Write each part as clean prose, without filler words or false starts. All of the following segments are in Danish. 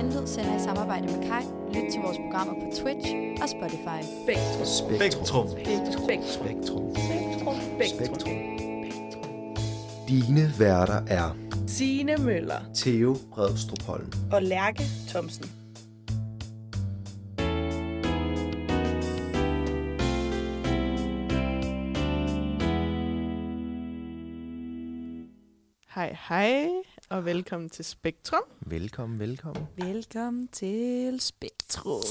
Fjendthed sender i samarbejde med Kai. Lyt til vores programmer på Twitch og Spotify. Spektrum. Dine værter er Signe Møller, Theo Bredstrup Holm og Lærke Thomsen. Hej hej, og velkommen til Spektrum. Velkommen. Velkommen til Spektrum.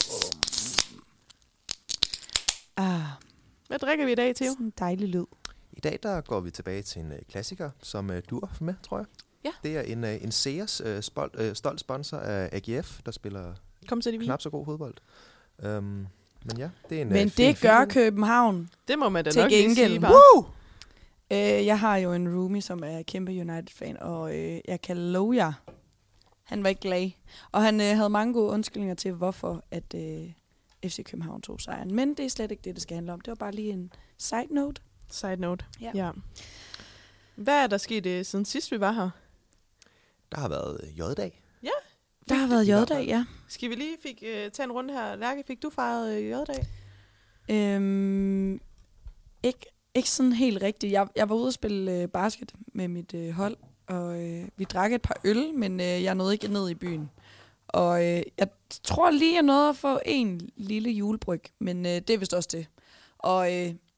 Hvad drikker vi i dag, Theo? Sådan en dejlig lyd. I dag der går vi tilbage til en klassiker, som du er med, tror jeg. Ja. Det er en Sears stolt sponsor af AGF, der spiller Kom til det knap så god fodbold. Men ja, det er en Men fin det gør film. København Det må man da til nok lige gengæld. sige bare. Woo! Jeg har jo en roomie, som er kæmpe United-fan, og jeg kan love jer, han var ikke glad. Og han havde mange gode undskyldninger til, hvorfor at FC København tog sejren. Men det er slet ikke det skal handle om. Det var bare lige en side note. Side note. Ja. Ja. Hvad er der sket siden sidst vi var her? Der har været J-dag. Der har været J-dag, ja. Skal vi lige tage en runde her? Lærke, fik du fejret J-dag? Ikke sådan helt rigtigt. Jeg var ude at spille basket med mit hold, og vi drak et par øl, men jeg nåede ikke ned i byen. Og jeg tror lige, jeg nåede at få en lille julebryg, men det er vist også det. Og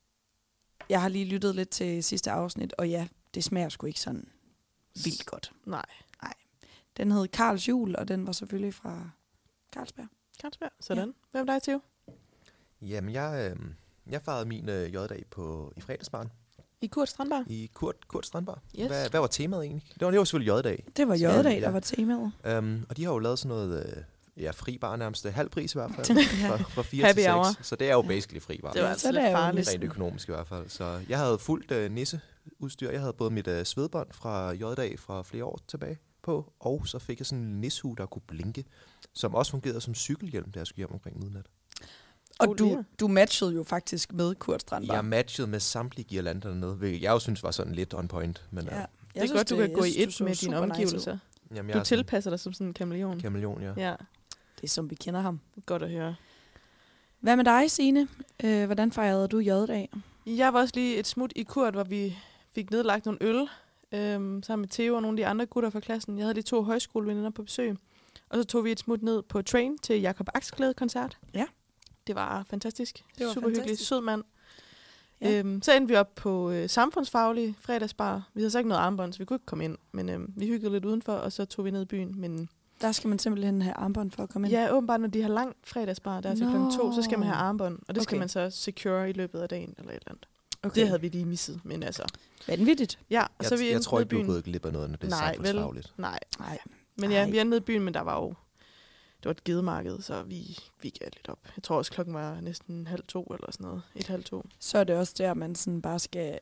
jeg har lige lyttet lidt til sidste afsnit, og ja, det smager sgu ikke sådan vildt godt. Nej. Den hed Karls Jul, og den var selvfølgelig fra Carlsberg. Carlsberg. Sådan. Ja. Hvem er dig, Theo? Jamen, jeg fejrede min J-dag i fredagsbaren. I Kurt Strandbar? I Kurt Strandbar. Yes. Hvad var temaet egentlig? Det var selvfølgelig J-dag. Det var J-dag, der var temaet. Og de har jo lavet sådan noget fri bar, nærmest halv pris i hvert fald, fra 4 Happy til 6. hour. Så det er jo basically fri bar. Det var Ja, altså så lidt det er jo farligt. Rent økonomisk i hvert fald. Så jeg havde fuldt nisseudstyr. Jeg havde både mit svedbånd fra J-dag fra flere år tilbage på, og så fik jeg sådan en nissehue, der kunne blinke, som også fungerede som cykelhjelm, da jeg skulle hjem omkring midnat. Og du matchede jo faktisk med Kurt Strandbar. Jeg matchede med samtlige girlander dernede, hvilket jeg jo synes var sådan lidt on point. Men, Ja. Det er godt, du kan gå i et med dine super omgivelser. jamen, Du jeg er tilpasser dig som sådan en kameleon. kameleon, ja. Ja, Det er som vi kender ham. godt at høre. Hvad med dig, Signe? Hvordan fejrede du J-dag? Jeg var også lige et smut i Kurt, hvor vi fik nedlagt nogle øl sammen med Theo og nogle af de andre gutter fra klassen. Jeg havde de 2 højskoleveninder på besøg. Og så tog vi et smut ned på Train til Jakob Axglæde-koncert. Ja. Det var fantastisk. Det var super hyggelig, fantastisk. sød mand. Ja. Så endte vi op på samfundsfaglig fredagsbar. Vi havde så ikke noget armbånd, så vi kunne ikke komme ind. Men vi hyggede lidt udenfor, og så tog vi ned i byen. Men Der skal man simpelthen have armbånd for at komme ind. ja, åbenbart, når de har lang fredagsbar, der er til Nå. kl. 2, så skal man have armbånd. Og det skal Okay. man så secure i løbet af dagen, eller et eller andet. Okay. Det havde vi lige misset, men altså. Vanvittigt. Ja, og så er vi Jeg endte tror nede ikke, i du er byen. gået glip af noget, når det er Nej, vel. samfundsfagligt. Nej, Nej. men ja, vi endte nede i byen, men der var jo... Det var et gedemarked, så vi gav lidt op. Jeg tror også, klokken var næsten 1:30 eller sådan noget. 1:30. Så er det også der, man sådan bare skal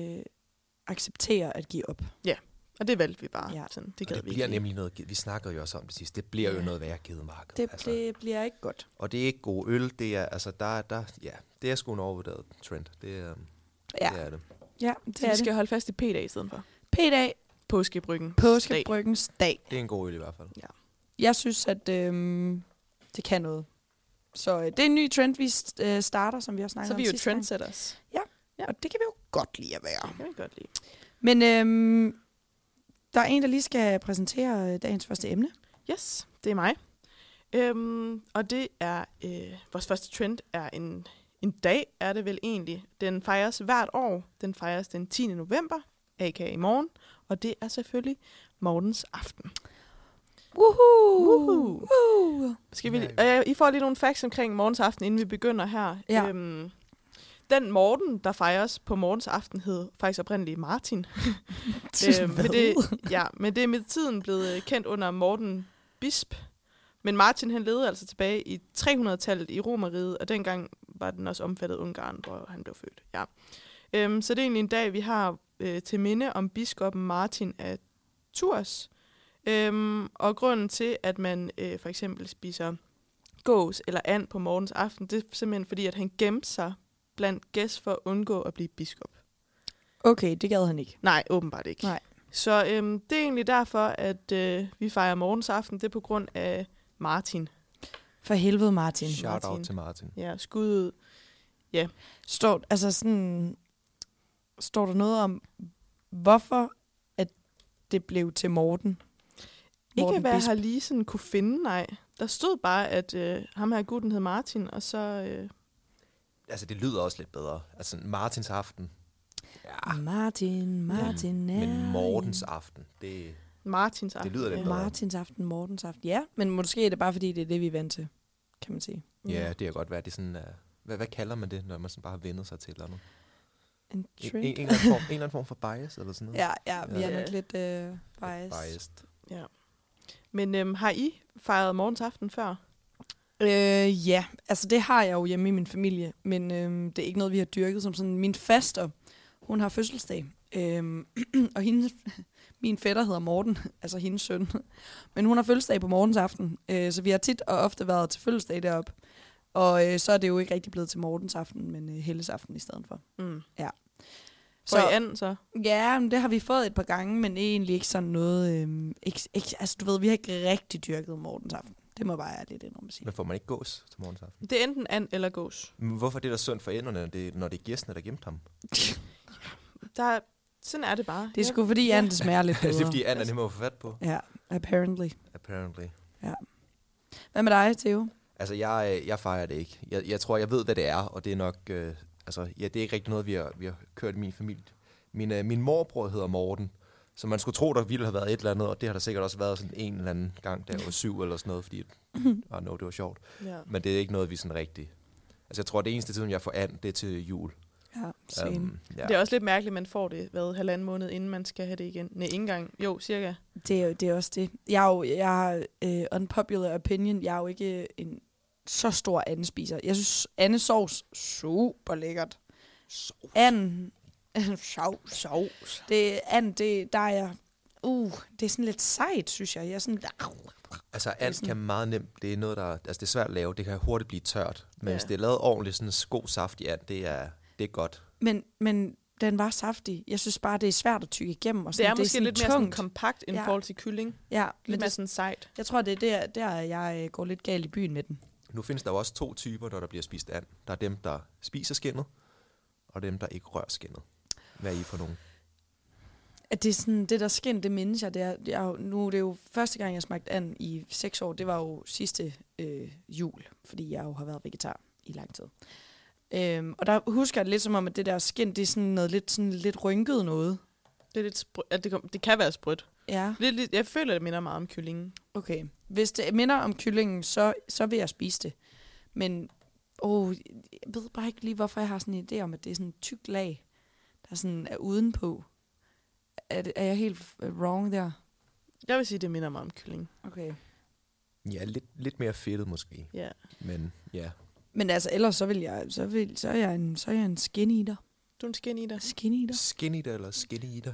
acceptere at give op. Og det valgte vi bare. Ja. Sådan, det Og gad det vi bliver ikke. nemlig noget, vi snakkede jo også om det sidst, det bliver jo Ja. noget værre gedemarked. Det bliver ikke godt. Og det er ikke god øl, det er, altså, det er sgu en overvurderet trend. Det er, Ja, det er det. ja det Så er vi skal det. holde fast i P-dag i stedet for. P-dag, Påskebryggen. påskebryggens dag. Det er en god øl i hvert fald. Jeg synes, at det kan noget. Så det er en ny trend, vi starter, som vi har snakket Så om vi er jo sidste gang. trendsetters. Og det kan vi jo godt lide at være. Det kan vi godt lide. Men der er en, der lige skal præsentere dagens første emne. Yes, det er mig. Og det er, vores første trend er en dag, er det vel egentlig. Den fejres hvert år. Den fejres den 10. november, aka i morgen. Og det er selvfølgelig Mortens aften. Woohoo! Skal vi, Ja. I får lige nogle facts omkring Mortens aften, inden vi begynder her. Ja. Den Morten, der fejres på Mortens aften, hed faktisk oprindeligt Martin. Men det er med tiden blevet kendt under Morten Bisp. Men Martin, han levede altså tilbage i 300-tallet i Romerriget, og dengang var den også omfattet Ungarn, hvor han blev født. Ja. Så det er egentlig en dag, vi har til minde om biskoppen Martin af Tours. Og grunden til, at man for eksempel spiser gås eller and på Mortens aften, det er simpelthen fordi, at han gemte sig blandt gæst for at undgå at blive biskop. Okay, det gad han ikke. Nej, åbenbart ikke. Nej. Så det er egentlig derfor, at vi fejrer Mortens aften. Det er på grund af Martin. For helvede, Martin. Shout out Martin. til Martin. Ja, skud ud. Står der noget om, hvorfor at det blev til Morten? Ikke hvad jeg Bisp. har lige sådan kunne finde, nej. Der stod bare, at ham her gutten hed Martin, og så... Altså, det lyder også lidt bedre. Altså, Martins aften. Ja, Martin. men Mortens aften, det... Martins aften. lyder lidt bedre. Mortens aften. Ja, men måske er det bare, fordi det er det, vi er vant til, kan man sige. Ja, det kan godt være. Det er sådan, hvad kalder man det, når man sådan bare har vendet sig til et eller andet? En En trick. eller anden form for bias, eller sådan noget? Ja, vi er Ja. nok lidt biased. Biased. Ja. Men har I fejret morgens aften før? Ja, altså det har jeg jo hjemme i min familie, men det er ikke noget, vi har dyrket som sådan. Min faster, hun har fødselsdag, og min fætter hedder Morten, altså hendes søn. Men hun har fødselsdag på morgens aften, så vi har tit og ofte været til fødselsdag deroppe. Og så er det jo ikke rigtig blevet til morgens aften, men Helles aften i stedet for. Mm. Ja. Så i anden så? Ja, men det har vi fået et par gange, men egentlig ikke sådan noget... altså du ved, vi har ikke rigtig dyrket morgens aften. Det må bare være lidt indrømme at sige. Men får man ikke gås til morgens aften? Det er enten and eller gås. Men hvorfor er det der synd for enderne, når det er gæstene, der gemte ham? Sådan er det bare. Det er sgu fordi, det smager lidt bedre. Det er fordi, and er nemmere at få fat på. Ja, apparently. Hvad med dig, Theo? Altså, jeg fejrer det ikke. Jeg tror, jeg ved, hvad det er, og det er nok... det er ikke rigtig noget, vi har kørt i min familie. Min morbror hedder Morten, så man skulle tro, der ville have været et eller andet, og det har der sikkert også været sådan en eller anden gang, da jeg var 7 eller sådan noget, fordi det var sjovt. Ja. Men det er ikke noget, vi sådan rigtig... Altså, jeg tror, det eneste tid, jeg får and, det er til jul. Ja, same. Ja. Det er også lidt mærkeligt, at man får det 1,5 måned, inden man skal have det igen. Nej, ikke engang. Jo, cirka. Det er også det. Jeg har unpopular opinion. Jeg er jo ikke en så stor andespiser. Jeg synes, andesovs super lækkert. And sovs. Det der er jeg... det er sådan lidt sejt, synes jeg. Jeg er sådan... Altså, and kan meget nemt... Det er noget, der... Altså, det er svært at lave. Det kan hurtigt blive tørt. Men Ja. hvis det er lavet ordentligt, sådan en god saft i and, det er godt. Men den var saftig. Jeg synes bare, det er svært at tygge igennem. Og Det sådan, er måske sådan lidt mere sådan tungt. kompakt end i Ja. forhold til kylling. Ja, Lidt men mere sådan sejt. jeg tror, det er der jeg går lidt galt i byen med den. Nu findes der jo også 2 typer, når der bliver spist and. Der er dem, der spiser skindet, og dem, der ikke rører skindet. Hvad er I for nogen? At det er sådan, det der skin, det mindes jeg. Det er jo første gang, jeg smagte and i 6 år. Det var jo sidste jul, fordi jeg jo har været vegetar i lang tid. Og der husker jeg det lidt som om, at det der skin, det er sådan noget lidt rynket noget. Det er lidt det kan være sprødt. Ja, Jeg føler, det minder meget om kyllingen. okay. Hvis det minder om kyllingen, så vil jeg spise det. Men jeg ved bare ikke lige, hvorfor jeg har sådan en idé om, at det er sådan en tyk lag, der sådan er udenpå. Er jeg helt wrong der? Jeg vil sige, det minder mig om kylling. Okay. Ja, lidt mere fedtet måske. Ja. Men ja. Men altså, ellers så er jeg en skin eater. Du er en skin eater. Skin eater? Skin eater eller skinny eater?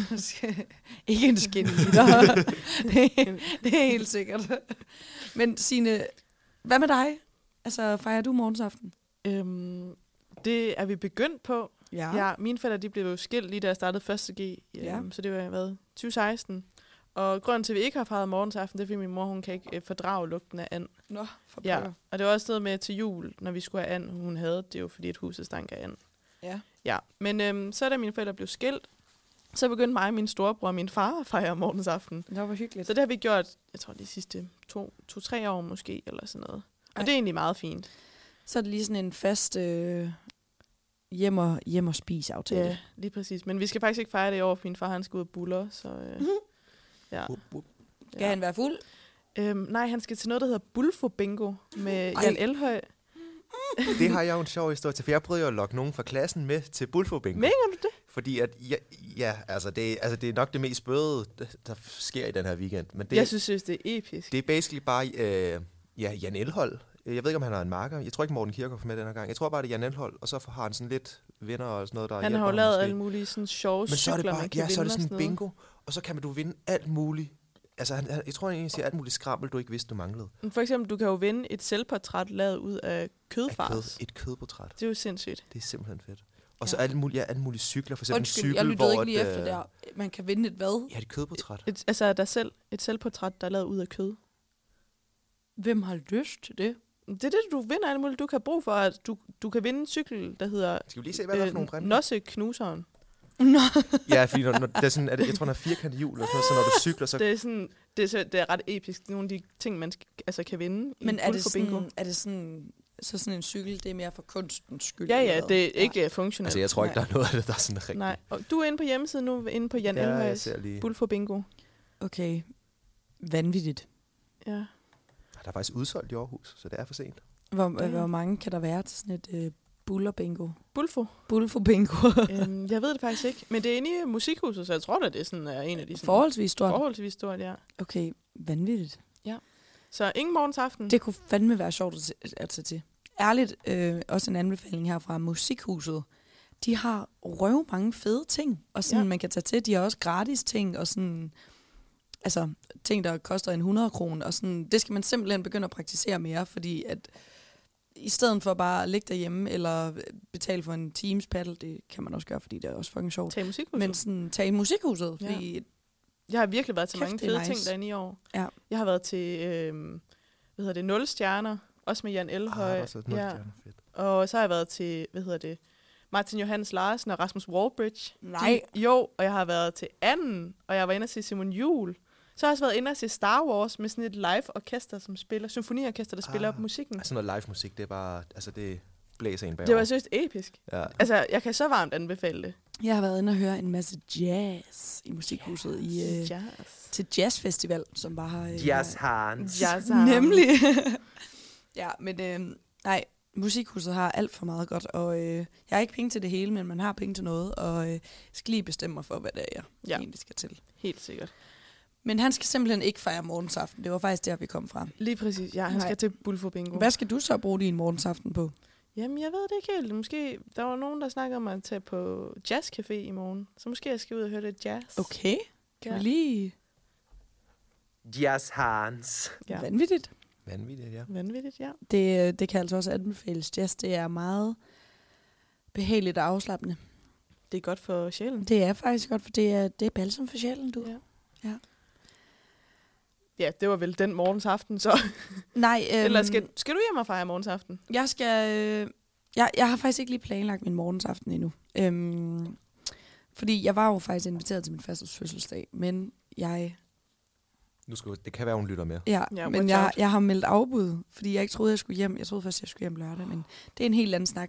Ikke en skin eater. det er helt sikkert. Men Signe, hvad med dig? Altså, fejrer du morgensaften? Det er vi begyndt på. Ja. Ja, mine fætter, de blev jo skilt lige da jeg startede 1. G. Ja. Så det var 2016. Og grunden til, at vi ikke har fejret morgensaften, det er, fordi min mor, hun kan ikke fordrage lugten af and. Nå, for Ja, pokker. og det var også noget med til jul, når vi skulle have and. Hun havde det jo, fordi et huset stank af and. Ja. Ja, men så da mine forældre blev skilt, så begyndte mig, min storebror og min far at fejre morgensaften. Det var hyggeligt. Så det har vi gjort, jeg tror de sidste 2-3 år måske, eller sådan noget. Og Ej. det er egentlig meget fint. Så er det lige sådan en fast hjem og spise aftale. Ja, lige præcis. Men vi skal faktisk ikke fejre det i år, for min far han skal ud og buller, så ja. Skal han være fuld? Nej, han skal til noget, der hedder Bulfo Bingo med Jan Elhøj. Det har jeg jo en sjov historie til, for jeg prøvede jo at lokke nogen fra klassen med til Bulfo Bingo. Mener du det? Fordi at, det er nok det mest spøde, der sker i den her weekend. Men det, Jeg synes, det er episk. det er basically bare Jan Elhold. Jeg ved ikke, om han har en marker. Jeg tror ikke, Morten Kirchhoff med den her gang. Jeg tror bare, det er Jan Elhold, og så har han sådan lidt venner og sådan noget, der Han hjælper har jo ham lavet måske. alle mulige sådan sjove Men så er det cykler, bare, man kan så er vinde det sådan og en bingo, og så kan du vinde alt muligt. Altså, jeg tror, han egentlig siger alt muligt skrammel, du ikke vidste, du manglede. For eksempel, du kan jo vinde et selvportræt lavet ud af kødfars. Et kødportræt. Det er jo sindssygt. Det er simpelthen fedt. Og så alle mulige cykler, for eksempel Undskyld, en cykel, jeg lyttede ikke lige at, efter der. Man kan vinde et hvad? Ja, et kødportræt. Et selvportræt, der er lavet ud af kød. Hvem har lyst til det? Det er det, du vinder alt muligt. Du kan bruge for, at du kan vinde en cykel, der hedder Skal vi lige se, hvad der er for nogle præmier? Nosseknuseren. Ja, fordi når det er sådan, jeg tror, der er firkantet hjul, og sådan noget, så når du cykler, så... Det er ret episk. Nogle af de ting, man kan vinde Men i er det, Bulfo Bingo. er det sådan en cykel, det er mere for kunstens skyld? Ja, eller det er hvad? ikke funktionelt. Altså, jeg tror ikke, der er noget af det, der er sådan rigtigt. Nej, og du er inde på hjemmesiden nu, inde på Jan Ja, jeg Elhøjs ser lige. Bulfo Bingo. Okay, vanvittigt. Ja. Der er faktisk udsolgt i Aarhus, så det er for sent. Hvor mange kan der være til sådan et buller-bingo? Bulfo. Bulfo-bingo. Jeg ved det faktisk ikke, men det er inde i Musikhuset, så jeg tror da, det er sådan, er en af de sådan, Forholdsvis stort. forholdsvis stort, ja. Okay, vanvittigt. Så ingen morgensaften. Det kunne fandme være sjovt at tage til. Ærligt, også en anbefaling her fra Musikhuset. De har mange fede ting, og sådan, man kan tage til. De har også gratis ting, og sådan, altså, ting, der koster en 100 kroner. Og sådan, det skal man simpelthen begynde at praktisere mere, fordi at i stedet for bare at ligge derhjemme, eller betale for en Teams paddle, det kan man også gøre, fordi det er også fucking sjovt. Tag Musikhuset. Men sådan, tag i Musikhuset, fordi Jeg har virkelig været til Kæft, mange det er fede nice. ting derinde i år. Ja. Jeg har været til, 0 stjerner, også med Jan Elhøj. der er så noget fedt. Og så har jeg været til, Martin Johannes Larsen og Rasmus Wallbridge. Nej. Jo, og jeg har været til anden, og jeg var inde og se Simon Juhl. Så har jeg også været inde og se Star Wars med sådan et live-orkester, som spiller, symfoniorkester, der spiller musikken. Altså noget live musik, det er bare, altså det blæser en bagover. Det var seriøst episk. Ja. Altså, jeg kan så varmt anbefale det. Jeg har været inde og høre en masse jazz i Musikhuset Jazz. til jazzfestival, som bare har... Jazz Hans. Jazz. Nemlig. Ja, men nej, Musikhuset har alt for meget godt, og jeg har ikke penge til det hele, men man har penge til noget, og skal lige bestemme mig for, hvad det er, jeg egentlig skal til. Helt sikkert. Men han skal simpelthen ikke fejre morgensaften. Det var faktisk der, vi kom fra. Lige præcis. Ja, han skal til Bulfo Bingo. Hvad skal du så bruge din morgensaften på? Jamen, jeg ved det ikke helt. Måske, der var nogen, der snakkede om at tage på jazzcafé i morgen. Så måske jeg skal ud og høre lidt jazz. Okay, kan Ja. vi lige... Jazz Hans. Ja. Vanvittigt. Vanvittigt, ja. Vanvittigt, ja. Det kan altså også anbefales. Jazz, det er meget behageligt og afslappende. Det er godt for sjælen. Det er faktisk godt, for det er balsam for sjælen, du. Ja. Ja, det var vel den morgensaften, så. Nej, Eller skal du hjem og fejre morgensaften? jeg skal... Jeg har faktisk ikke lige planlagt min morgensaften endnu. Fordi jeg var jo faktisk inviteret til min fasters fødselsdag, men Det kan være, hun lytter med. Ja, men watch out. jeg har meldt afbud, fordi jeg ikke troede, jeg skulle hjem. Jeg troede først, jeg skulle hjem lørdag, men det er en helt anden snak.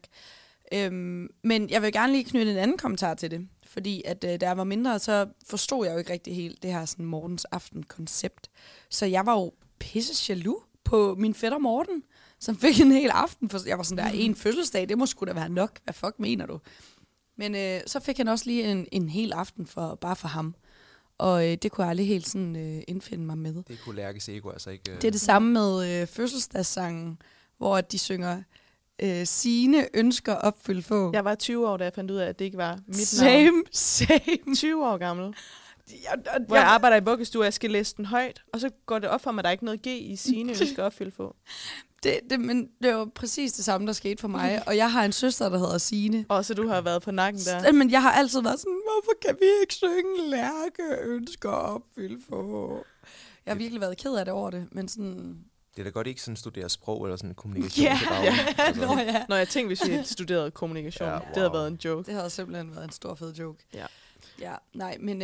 Men jeg vil gerne lige knytte en anden kommentar til det, fordi at da jeg var mindre, så forstod jeg jo ikke rigtig helt det her sådan morgens aften koncept. Så jeg var jo pisse jaloux på min fætter Morten, som fik en hel aften. For jeg var sådan der, en fødselsdag, det må sgu da være nok. Hvad fuck mener du? Men så fik han også lige en hel aften bare for ham. Og det kunne jeg aldrig helt sådan indfinde mig med. Det kunne Lærkes ego altså ikke... Det er det samme med fødselsdagssangen, hvor de synger Signe ønsker opfylde få. Jeg var 20 år, da jeg fandt ud af, at det ikke var mit navn. Same. 20 år gammel. Hvor jeg arbejder i vuggestue, og jeg skal læse den højt, og så går det op for mig, at der er ikke noget G i Signe ønsker opfylde få. Men det var præcis det samme, der skete for mig. Og jeg har en søster, der hedder Signe. Og så du har været på nakken der. Men jeg har altid været sådan, hvorfor kan vi ikke synge Lærke ønsker opfylde få? Jeg har virkelig været ked af det over det, men sådan... Det er da godt, ikke sådan studere sprog eller sådan kommunikation. Ja, til daglig. Altså, ja. Når jeg tænkte, hvis vi studerede kommunikation, Ja, det havde wow. været en joke. Det havde simpelthen været en stor fed joke. Ja. Ja, nej, men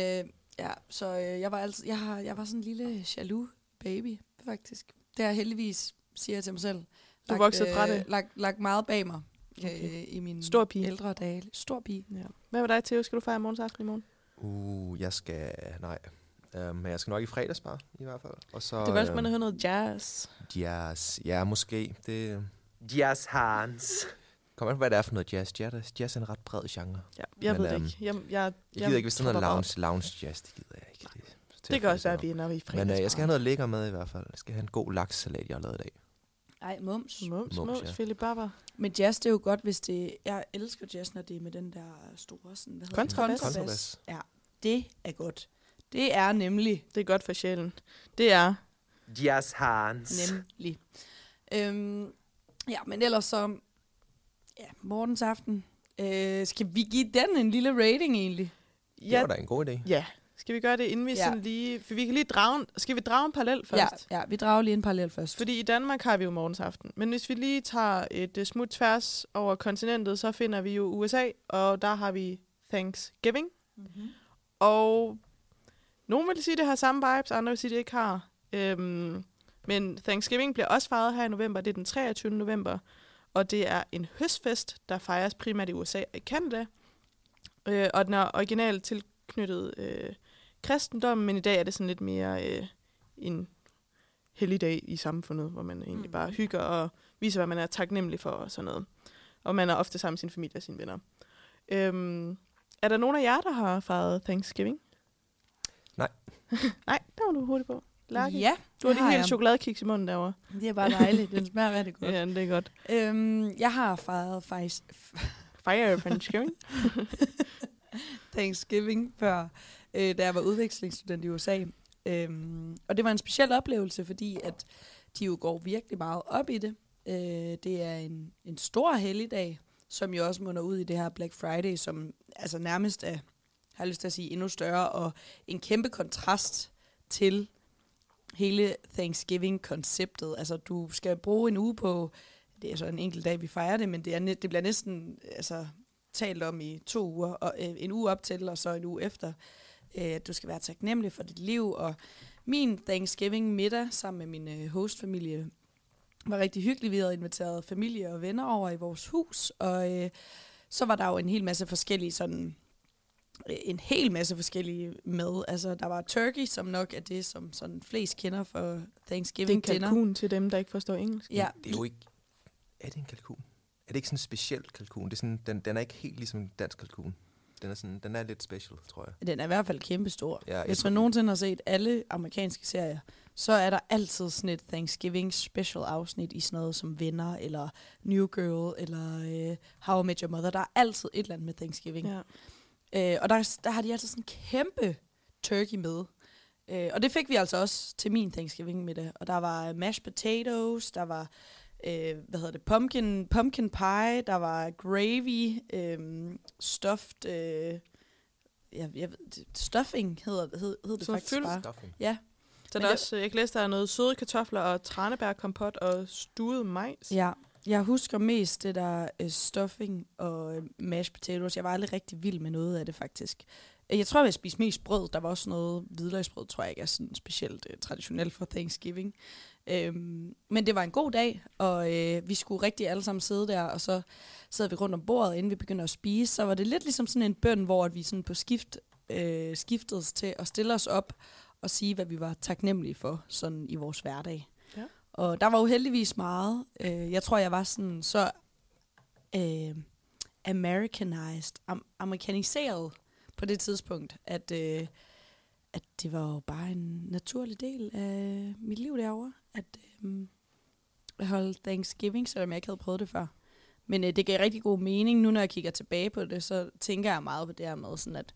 jeg var sådan en lille jaloux baby, faktisk. Det har jeg heldigvis, siger jeg til mig selv. Du voksede fra det? Lagt meget bag mig Okay. i mine Stor pige. ældre dage. Stor pige. Ja. Hvad med dig, Theo? Skal du fejre morgensaften i morgen? jeg skal... Nej. Men jeg skal nok i fredagsbar, i hvert fald. Og så, Det er godt, man har hørt noget jazz. Jazz. Ja, måske. Det... Jazz Hans. Kom an på, hvad det er for noget jazz. Jazz er en ret bred genre. Ja, jeg Men, ved det ikke. Jeg Jeg gider ikke, hvis det er noget tropper lounge jazz. Det gider jeg ikke. Det kan også være, at vi ender i fredagsbar. Men jeg skal have noget lækker med i hvert fald. Jeg skal have en god laksesalat, jeg har lavet i dag. Ej, mums. Mums, ja. Philip Barber. Men jazz, det er jo godt, hvis det... Jeg elsker jazz, når det er med den der store... Sådan, hvad hedder det? Kontrabas. Kontrabas. Ja, det er godt. Det er nemlig... Det er godt for sjælen. Det er... Jazz Hans. Nemlig. Ja, men ellers så... Ja, morgensaften. Skal vi give den en lille rating egentlig? Det var da en god idé. Ja, Skal vi gøre det, inden vi Ja. sådan lige... For vi kan lige drage... Skal vi drage en parallel først? Ja, vi drager lige en parallel først. Fordi i Danmark har vi jo morgensaften. Men hvis vi lige tager et smut tværs over kontinentet, så finder vi jo USA, og der har vi Thanksgiving. Mm-hmm. Og nogen vil sige, det har samme vibes, andre vil sige, det ikke har. Men Thanksgiving bliver også fejret her i november. Det er den 23. november. Og det er en høstfest, der fejres primært i USA og i Canada. Og den er originalt tilknyttet kristendommen, men i dag er det sådan lidt mere en helligdag i samfundet, hvor man egentlig bare hygger og viser, hvad man er taknemmelig for og sådan noget. Og man er ofte sammen med sin familie og sine venner. Er der nogen af jer, der har fejret Thanksgiving? Nej. Nej, der var du hurtigt på. Lærke? Ja, Du har det lige har helt jeg. chokoladekiks i munden derovre. Det er bare dejligt. Den smager rigtig godt. Ja, det er godt. Jeg har fejret faktisk Fire Thanksgiving. Thanksgiving før, da jeg var udvekslingsstudent i USA. Og det var en speciel oplevelse, fordi at de jo går virkelig meget op i det. Det er en stor helligdag, som jo også munder ud i det her Black Friday, som altså nærmest er, har jeg lyst til at sige, endnu større, og en kæmpe kontrast til hele Thanksgiving-konceptet. Altså, du skal bruge en uge på, det er så en enkelt dag, vi fejrer det, men det bliver næsten altså, talt om i 2 uger, og en uge op til, og så en uge efter. Du skal være taknemmelig for dit liv, og min Thanksgiving-middag sammen med min hostfamilie var rigtig hyggelig. Vi havde inviteret familie og venner over i vores hus, og så var der jo en hel masse forskellige med. Altså, der var turkey, som nok er det, som sådan flest kender for Thanksgiving Det er en dinner. kalkun til dem, der ikke forstår engelsk. Ja, Det er jo ikke... Er det en kalkun? Er det ikke sådan en speciel kalkun? Det er sådan, den er ikke helt ligesom en dansk kalkun. Den er lidt special, tror jeg. den er i hvert fald kæmpestor. Ja, Hvis man nogensinde har set alle amerikanske serier, så er der altid sådan et Thanksgiving special afsnit i sådan noget som Venner, eller New Girl, eller How I Met Your Mother. Der er altid et eller andet med Thanksgiving. Ja. Og der har de altid sådan en kæmpe turkey med. Og det fik vi altså også til min Thanksgiving middag. Og der var mashed potatoes, der var pumpkin pie, der var gravy, stuffed, stuffing hedder det Så faktisk fyldt. bare. Stuffing. Ja, Så der er også, jeg kan læse, der er noget søde kartofler og tranebærkompot og stuet majs. ja. Jeg husker mest det der stuffing og mashed potatoes. Jeg var aldrig rigtig vild med noget af det, faktisk. Jeg tror, jeg spiste mest brød. Der var også noget hvidløgsbrød, tror jeg ikke er sådan specielt traditionelt for Thanksgiving. Men det var en god dag, og vi skulle rigtig alle sammen sidde der, og så sad vi rundt om bordet, inden vi begyndte at spise. Så var det lidt ligesom sådan en bøn, hvor vi sådan på skiftedes til at stille os op og sige, hvad vi var taknemmelige for sådan i vores hverdag. Ja. Og der var jo heldigvis meget. Jeg tror, jeg var sådan så amerikaniseret på det tidspunkt, at det var jo bare en naturlig del af mit liv derovre, at holde Thanksgiving, selvom jeg ikke havde prøvet det før. Men det gav rigtig god mening. Nu når jeg kigger tilbage på det, så tænker jeg meget på det her med, sådan at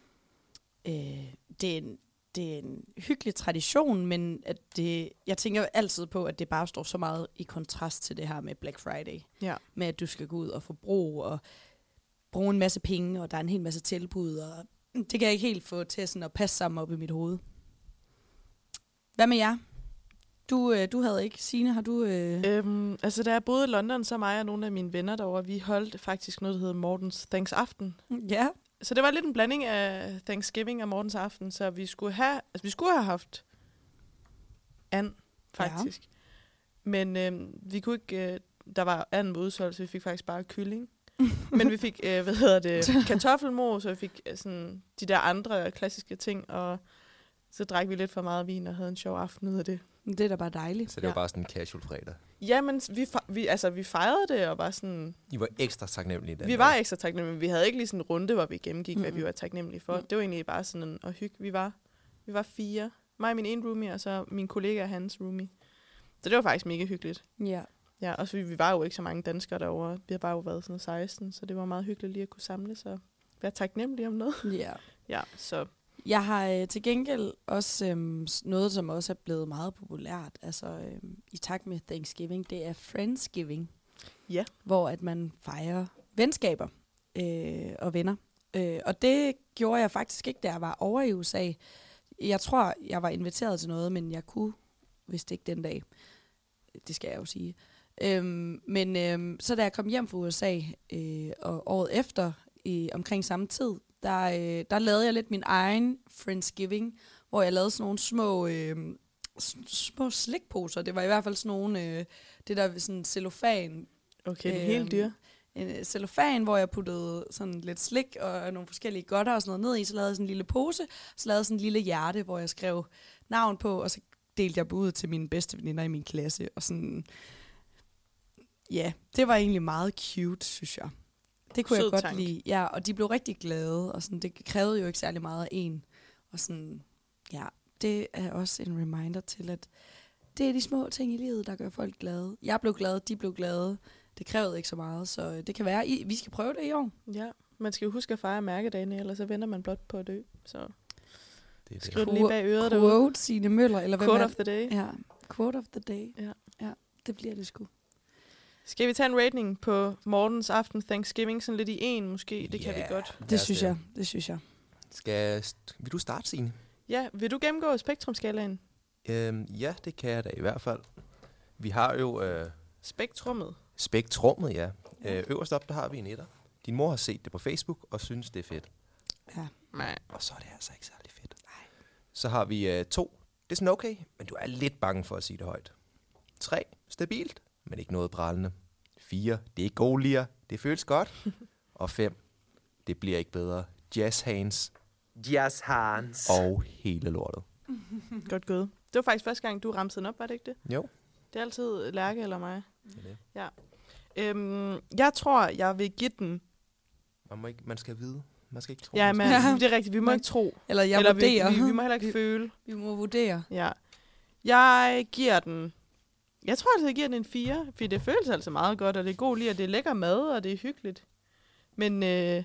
det er en hyggelig tradition, men at jeg tænker altid på, at det bare står så meget i kontrast til det her med Black Friday. Ja. Med at du skal gå ud og forbruge, og bruge en masse penge, og der er en hel masse tilbud, og det kan jeg ikke helt få til sådan at passe sammen op i mit hoved. Hvad med jer? Du havde ikke, Signe, har du... Altså, da jeg boede i London, så mig og nogle af mine venner derovre, vi holdt faktisk noget, der hedder Mortens Thanksaften. Ja. Så det var lidt en blanding af Thanksgiving og Mortens Aften, så vi skulle have haft and, faktisk. Ja. Men vi kunne ikke... der var anden med udsolgt, så vi fik faktisk bare kylling. Men vi fik, kartoffelmos, og vi fik sådan de der andre klassiske ting, og så drak vi lidt for meget vin og havde en sjov aften ud af det. Det er da bare dejligt. Så det var bare sådan en casual fredag. Ja, men vi fejrede det, og bare sådan... I var ekstra taknemmelige. Vi var ekstra taknemmelige, men vi havde ikke lige sådan en runde, hvor vi gennemgik, hvad vi var taknemmelige for. Det var egentlig bare sådan en hygge. Vi var 4. Mig og min ene roomie, og så min kollega og hans roomie. Så det var faktisk mega hyggeligt. Ja. Ja, og så vi var jo ikke så mange danskere derovre. Vi har bare jo været sådan 16, så det var meget hyggeligt lige at kunne samles og være taknemmelige om noget. Ja. Ja, så... Jeg har til gengæld også noget, som også er blevet meget populært, altså i takt med Thanksgiving, det er Friendsgiving. Ja. Hvor at man fejrer venskaber og venner. Og det gjorde jeg faktisk ikke, da jeg var over i USA. Jeg tror, jeg var inviteret til noget, men jeg kunne vist ikke den dag. Det skal jeg jo sige. Så da jeg kom hjem fra USA, og året efter, omkring samme tid, der lavede jeg lidt min egen Friendsgiving, hvor jeg lavede sådan nogle små slikposer. Det var i hvert fald sådan nogle, det der sådan cellofan. Okay, det er helt dyr. En cellofan, hvor jeg puttede sådan lidt slik og nogle forskellige godter og sådan noget ned i, så lavede jeg sådan en lille pose, så lavede jeg sådan en lille hjerte, hvor jeg skrev navn på, og så delte jeg ud til mine bedste veninder i min klasse, og sådan, ja, det var egentlig meget cute, synes jeg. Det kunne jeg godt lide, ja, og de blev rigtig glade, og sådan, det krævede jo ikke særlig meget af en, og sådan, ja, det er også en reminder til, at det er de små ting i livet, der gør folk glade. Jeg blev glad, de blev glade. Det krævede ikke så meget, så det kan være, vi skal prøve det i år. Ja, man skal jo huske at fejre mærkedagene, ellers så venter man blot på at dø. Så Det skriv det lige bag øret derude. Quote Signe Møller, eller hvad? Quote of the day. Ja, quote of the day. Ja. Det bliver det sgu. Skal vi tage en rating på Mortens aften Thanksgiving, sådan lidt i en måske? Det kan vi godt. Det synes jeg. Vil du starte, Signe? Ja, vil du gennemgå spektrumskalaen? Ja, det kan jeg da i hvert fald. Vi har jo Spektrummet. spektrummet, ja. Øverst op, der har vi en etter. Din mor har set det på Facebook og synes, det er fedt. Ja. Nej. Og så er det altså ikke særlig fedt. Nej. Så har vi 2. Det er sådan okay, men du er lidt bange for at sige det højt. 3. Stabilt, men ikke noget brændende. 4. Det er ikke golier. Det føles godt. Og 5. Det bliver ikke bedre. Jazz hands. Og hele lortet. Godt gået. Det var faktisk første gang, du ramte den op, var det ikke det? Jo. Det er altid Lærke eller mig. Det. Ja. Jeg tror, jeg vil give den... Man skal vide. Man skal ikke tro. Ja, men det er rigtigt. Vi må ikke tro. Eller vurderer. Vi må heller ikke føle. Vi må vurdere. Ja. Jeg giver den... Jeg tror altså, jeg giver den en 4, fordi det føles altså meget godt, og det er god lige, og det er lækker mad, og det er hyggeligt. Men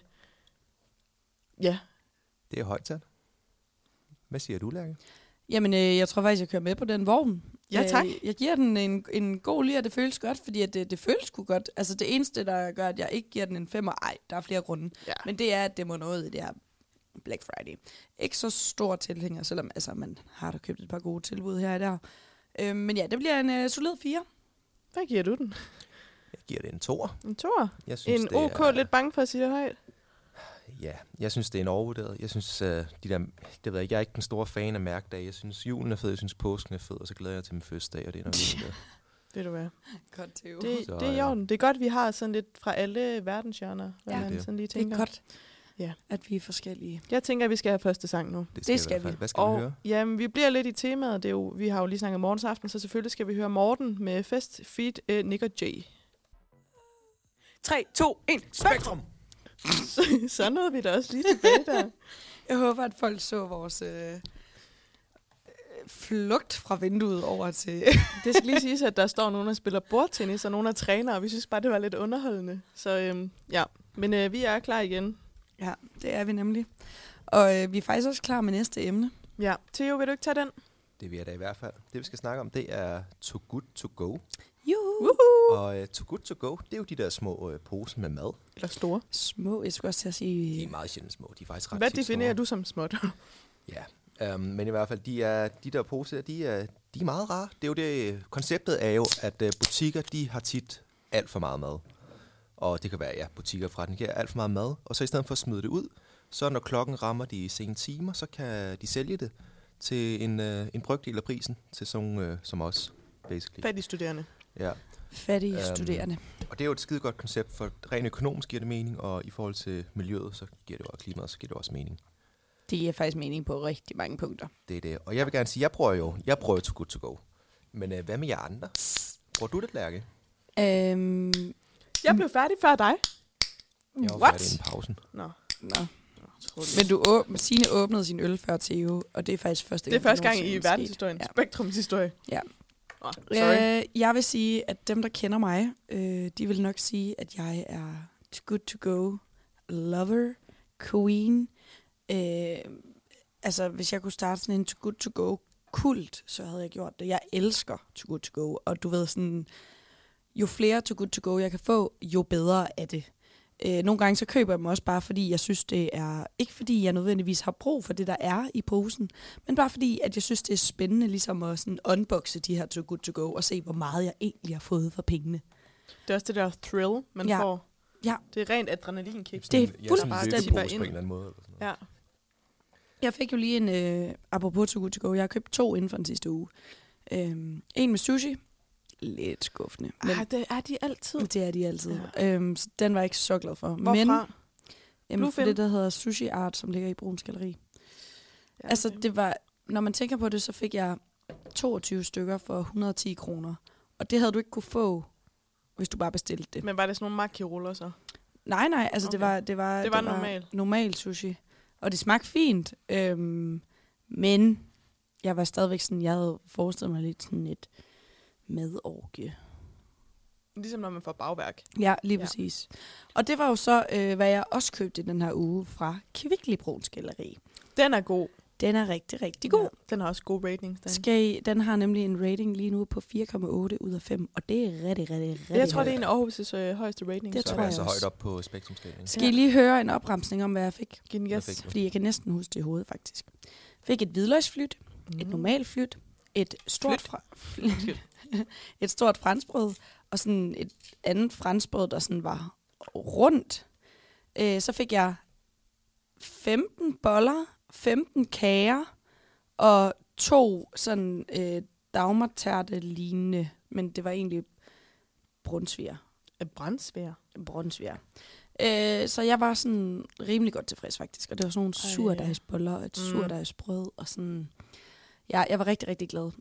ja. Det er højt sat. Hvad siger du, Lærke? Jamen, jeg tror faktisk, jeg kører med på den vogn. Ja, tak. Jeg giver den en god lige, og det føles godt, fordi at det føles sgu godt. Altså, det eneste, der gør, at jeg ikke giver den en 5'er, der er flere grunde. Ja. Men det er, at det må noget i det her Black Friday. Ikke så stor tilhænger, selvom altså, man har da købt et par gode tilbud her og der. Men ja, det bliver en solid 4. Hvad giver du den? Jeg giver det en 2'er. En 2'er? Jeg synes, En OK lidt bange for at sige det højt? Ja, jeg synes, det er en overvurderet. Jeg synes, det ved jeg er ikke den store fan af mærkedage. Jeg synes, julen er fed, jeg synes, påsken er fed, og så glæder jeg til min fødselsdag, og det er nok det. Ved du hvad? Godt, Theo. Det er i orden. Det er godt, vi har sådan lidt fra alle verdenshjørner, hvad man det. sådan lige Det tænker. er godt, ja, at vi er forskellige. Jeg tænker, at vi skal have første sang nu. Det skal vi. Hvad skal vi høre? Jamen, vi bliver lidt i temaet. Det er jo, vi har jo lige snakket Mortens aften, så selvfølgelig skal vi høre Morten med Fest Feat. Nick og Jay. 3, 2, 1, Spektrum! Så nåede vi da også lige tilbage der. Jeg håber, at folk så vores flugt fra vinduet over til... Det skal lige siges, at der står nogen, der spiller bordtennis, og nogen, der træner, og vi synes bare, det var lidt underholdende. Så ja, men vi er klar igen. Ja, det er vi nemlig. Og vi er faktisk også klar med næste emne. Ja, Theo, vil du ikke tage den? Det vil jeg da i hvert fald. Det, vi skal snakke om, det er Too Good To Go. Juhu! Og Too Good To Go, det er jo de der små poser med mad. Eller store. Små, jeg skulle også til at sige... De er meget sjældent små. De er faktisk ret Hvad tit definerer store. du som småt? Ja, men i hvert fald, de der poser, de er meget rare. Det er jo det, konceptet er jo, at butikker, de har tit alt for meget mad. Og det kan være, butikker fra den giver alt for meget mad. Og så i stedet for at smide det ud, så når klokken rammer de sene timer, så kan de sælge det til en brøkdel af prisen til sådan som os, basically. Fattige studerende. Ja. Fattige studerende. Og det er jo et skide godt koncept, for rent økonomisk giver det mening, og i forhold til miljøet, så giver det jo klimaet, så giver det også mening. Det giver faktisk mening på rigtig mange punkter. Det er det. Og jeg vil gerne sige, jeg prøver jo Too Good To Go. Men hvad med jer andre? Bruger du det, Lærke? Jeg blev færdig før dig. Jeg var What? færdig inden pausen. Nå. Men Signe åbnede sin øl før Theo, og det er faktisk første gang. Det er første gang i verdenshistorien. Ja. Spektrums historie. Ja. Sorry. Jeg vil sige, at dem, der kender mig, de vil nok sige, at jeg er Too Good To Go lover, queen. Altså, hvis jeg kunne starte sådan en Too Good To Go kult, så havde jeg gjort det. Jeg elsker Too Good To Go, og du ved sådan, jo flere Too Good To Go jeg kan få, jo bedre er det. Nogle gange så køber jeg dem også bare, fordi jeg synes, det er... Ikke fordi jeg nødvendigvis har brug for det, der er i posen, men bare fordi, at jeg synes, det er spændende ligesom at sådan unboxe de her Too Good To Go og se, hvor meget jeg egentlig har fået for pengene. Det er også det der thrill, man får. Ja. Det er rent adrenalinkick. Det er sådan fuldstændig løbepose bare på en eller anden måde. Eller sådan noget. Ja. Jeg fik jo lige en... apropos Too Good To Go, jeg har købt 2 inden for den sidste uge. En med sushi. Lidt skuffende. Men Det er de altid. det er de altid. Så den var jeg ikke så glad for. Hvorfra? Men, for Bluefin? det, der hedder Sushi Art, som ligger i Bruns Galleri. Ja, Altså, okay. det var... Når man tænker på det, så fik jeg 22 stykker for 110 kroner. Og det havde du ikke kunne få, hvis du bare bestilte det. Men var det sådan nogle maki-ruller så? Nej, altså Okay. det var normal. normal sushi. Og det smagte fint. Men jeg var stadigvæk sådan, jeg havde forestillet mig lidt sådan et madorgie. Ligesom når man får bagværk. Ja, lige Ja. præcis. Og det var jo så, hvad jeg også købte i den her uge fra Kvickly Bruns Galleri. Den er god. Den er rigtig, rigtig god. Ja, den har også god ratings. Den har nemlig en rating lige nu på 4,8 ud af 5, og det er rigtig Jeg tror, højt. det er en af Aarhus' højeste rating. Det Så tror er jeg det så også. højt op på spektrumskalaen. Skal I lige høre en opremsning om, hvad jeg fik? Giv den Hvad gas. fik du? Fordi jeg kan næsten huske det i hovedet, faktisk. Fik et hvidløgsflyt, et normalt flyt, et stort, et stort franskbrød, og sådan et andet franskbrød, der sådan var rundt. Så fik jeg 15 boller, 15 kager, og 2 sådan dagmartærte lignende, men det var egentlig brunsviger. Brandsvær. Brunsviger. Så jeg var sådan rimelig godt tilfreds faktisk, og det var sådan nogle surdejsboller og et surdejsbrød, og sådan... Ja, jeg var rigtig, rigtig glad.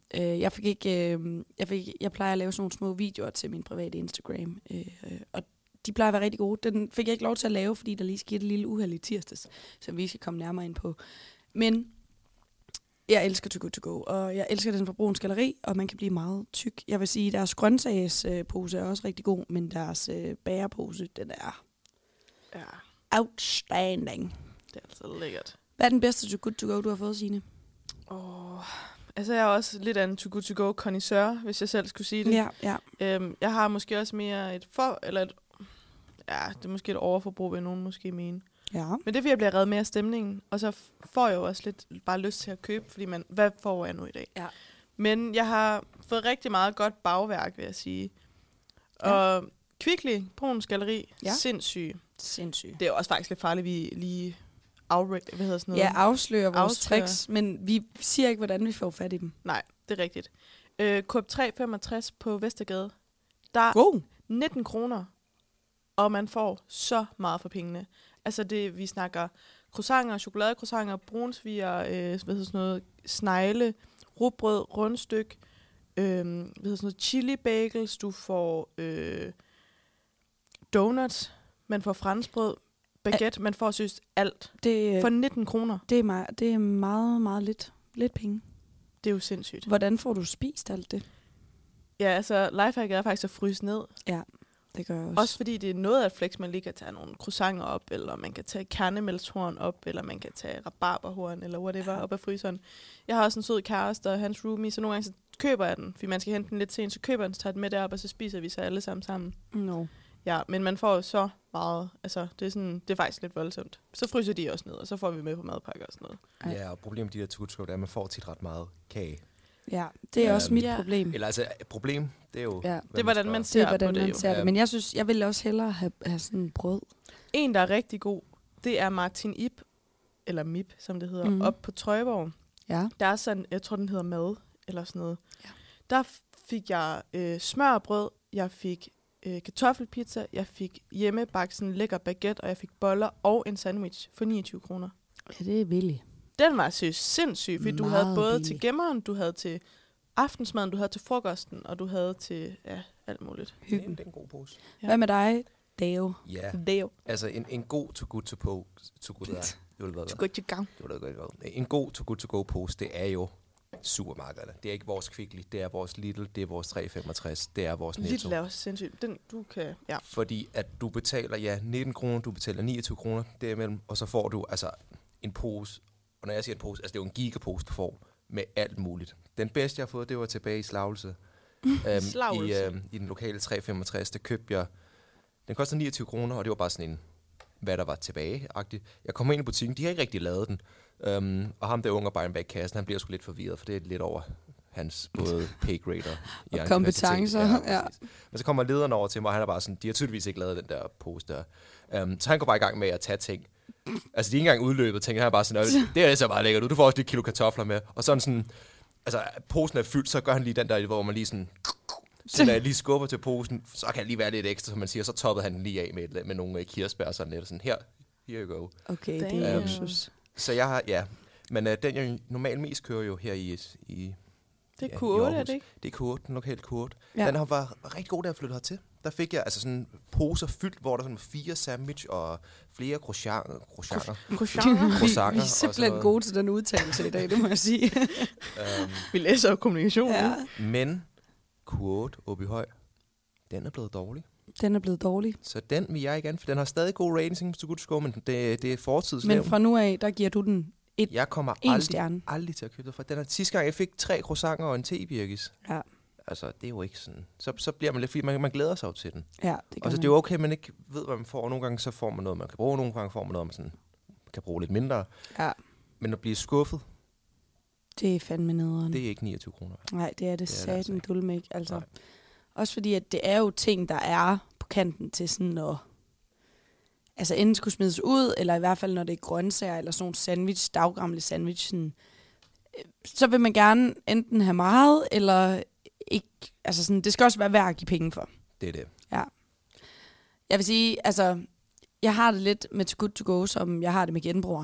Jeg plejer at lave sådan nogle små videoer til min private Instagram, og de plejer at være rigtig gode. Den fik jeg ikke lov til at lave, fordi der lige skete et lille uheld i tirsdags, som vi skal komme nærmere ind på. Men jeg elsker Too Good To Go, og jeg elsker den fra Bruns Galleri, og man kan blive meget tyk. Jeg vil sige, at deres grøntsagspose er også rigtig god, men deres bærepose, den er Ja, outstanding. det er altså lækkert. Hvad er den bedste Too Good To Go, du har fået, Signe? Altså, jeg er også lidt af en Too Good To Go connoisseur, hvis jeg selv skulle sige det. Ja. Jeg har måske også mere det er måske et overforbrug, vil nogen måske mene. Ja. Men det er, fordi jeg bliver reddet mere af stemningen, og så får jeg jo også lidt bare lyst til at købe, fordi hvad får jeg nu i dag? Ja. Men jeg har fået rigtig meget godt bagværk, vil jeg sige. Ja. Og Kvickly, Bruns Galleri, Ja. sindssyg. Sindssygt. Det er jo også faktisk lidt farligt, vi lige Afslører vores Afslører. tricks, men vi siger ikke, hvordan vi får fat i dem. Nej, det er rigtigt. Coop 365 på Vestergade. Der er God. 19 kroner, og man får så meget for pengene. Altså vi snakker croissanter, chokoladecroissanter, brunsviger, snegle, rugbrød, rundstyk, chili bagels, du får donuts, man får franskbrød, baguette, man får synes alt Det, for 19 kroner. det er meget, meget lidt penge. Det er jo sindssygt. Hvordan får du spist alt det? Ja, altså lifehack er faktisk at fryse ned. Ja, det gør jeg også. Også fordi det er noget af et flex, man lige kan tage nogle croissanter op, eller man kan tage kernemælshorn op, eller man kan tage rabarberhorn, eller whatever, op af fryseren. Jeg har også en sød kæreste og hans roomie, så nogle gange så køber jeg den, fordi man skal hente den lidt sent, så køber jeg den, så tager den med derop, og så spiser vi så alle sammen. No. Ja, men man får jo så meget, altså det er faktisk lidt voldsomt. Så fryser de også ned, og så får vi med på madpakker og sådan noget. Ja, og problemet med de der Too Good To Go, det er, at man får tit ret meget kage. Ja, det er også mit Ja. problem. Eller altså, problem, det er jo... Ja. Det er, hvordan man Det ser er, hvordan på det man jo. ser det. Ja. Men jeg synes, jeg vil også hellere have sådan brød. En, der er rigtig god, det er Martin Ip, eller Mip, som det hedder, op på Trøjborg. Ja. Der er sådan, jeg tror, den hedder mad, eller sådan noget. Ja. Der fik jeg smørbrød, jeg fik kartoffelpizza, jeg fik hjemmebagt sådan en lækker baguette, og jeg fik boller og en sandwich for 29 kroner. Ja, det er vildt. Den var sindssyg, fordi du havde Meget både billig. til gemmeren, du havde til aftensmaden, du havde til frokosten, og du havde til alt muligt. Hyggen. Det er en god pose. Ja. Hvad med dig, Dave? Ja, Det er jo altså en god Too Good To Go... Too Good det vil være godt i gang. En god Too Good To Go pose, det er jo supermarkederne. Det er ikke vores Kvickly, det er vores Lidl, det er vores 365, det er vores Netto. Lidt er også sindssygt. Den, du kan, ja. Fordi at du betaler, 19 kroner, du betaler 29 kroner derimellem, og så får du altså en pose. Og når jeg siger en pose, altså det er jo en gigapose, du får med alt muligt. Den bedste, jeg har fået, det var tilbage i Slagelse. Slagelse. I den lokale 365, der købte jeg... Den kostede 29 kroner, og det var bare sådan en hvad der var tilbage-agtigt. Jeg kommer ind i butikken, de har ikke rigtig lavet den. Og ham der unge arbejderen bag kassen, han bliver sgu lidt forvirret, for det er lidt over hans både pay grade og kompetencer. Ja. Men så kommer lederen over til mig, og han er bare sådan, de har tydeligvis ikke lavet den der pose der. Så han går bare i gang med at tage ting. Altså, de er ikke engang udløbet, tænker han bare sådan, det er altså bare lækkert, du får også lige et kilo kartofler med. Og sådan, altså, posen er fyldt, så gør han lige den der, hvor man lige sådan, så når jeg lige skubber til posen, så kan det lige være lidt ekstra, som man siger, så toppede han den lige af med nogle kirsebær og sådan lidt, og sådan, here you go. Okay, det er luksus. Så jeg har, men den jeg normalt mest kører jo her i det er Q8, er det ikke? Det er Q8, den lokale Q8. Ja. Den har været rigtig god, da jeg flyttede hertil. Der fik jeg altså sådan poser fyldt, hvor der sådan 4 sandwich og flere croissanter. Vi er simpelthen gode til den udtalelse i dag, det må jeg sige. Vi læser jo kommunikation. Ja. Men Q8 oppe i Høj, den er blevet dårlig. Den er blevet dårlig. Så den vil jeg ikke anbefale. Den har stadig god rating, så godt skå, men det er fortidslevn. Men fra nu af, der giver du den jeg kommer aldrig til at købe det fra. Den er sidste gang, jeg fik 3 croissanter og en te-birkis. Ja. Altså, det er jo ikke sådan. Så bliver man lidt, fordi man glæder sig jo til den. Ja, det og så det er jo okay, man ikke ved, hvad man får. Nogle gange så får man noget, man kan bruge. Nogle gange får man noget, man sådan, kan bruge lidt mindre. Ja. Men at blive skuffet, det er fandme nederen. Det er ikke 29 kroner. Nej, det er det satan dulmæk. Altså. Også fordi, at det er jo ting, der er på kanten til sådan at altså enten skulle smides ud, eller i hvert fald, når det er grøntsager, eller sådan nogle sandwich, daggamle sandwich, sådan, så vil man gerne enten have meget, eller ikke. Altså sådan, det skal også være værd at give penge for. Det er det. Ja. Jeg vil sige, altså, jeg har det lidt med Too Good To Go, som jeg har det med genbrugere.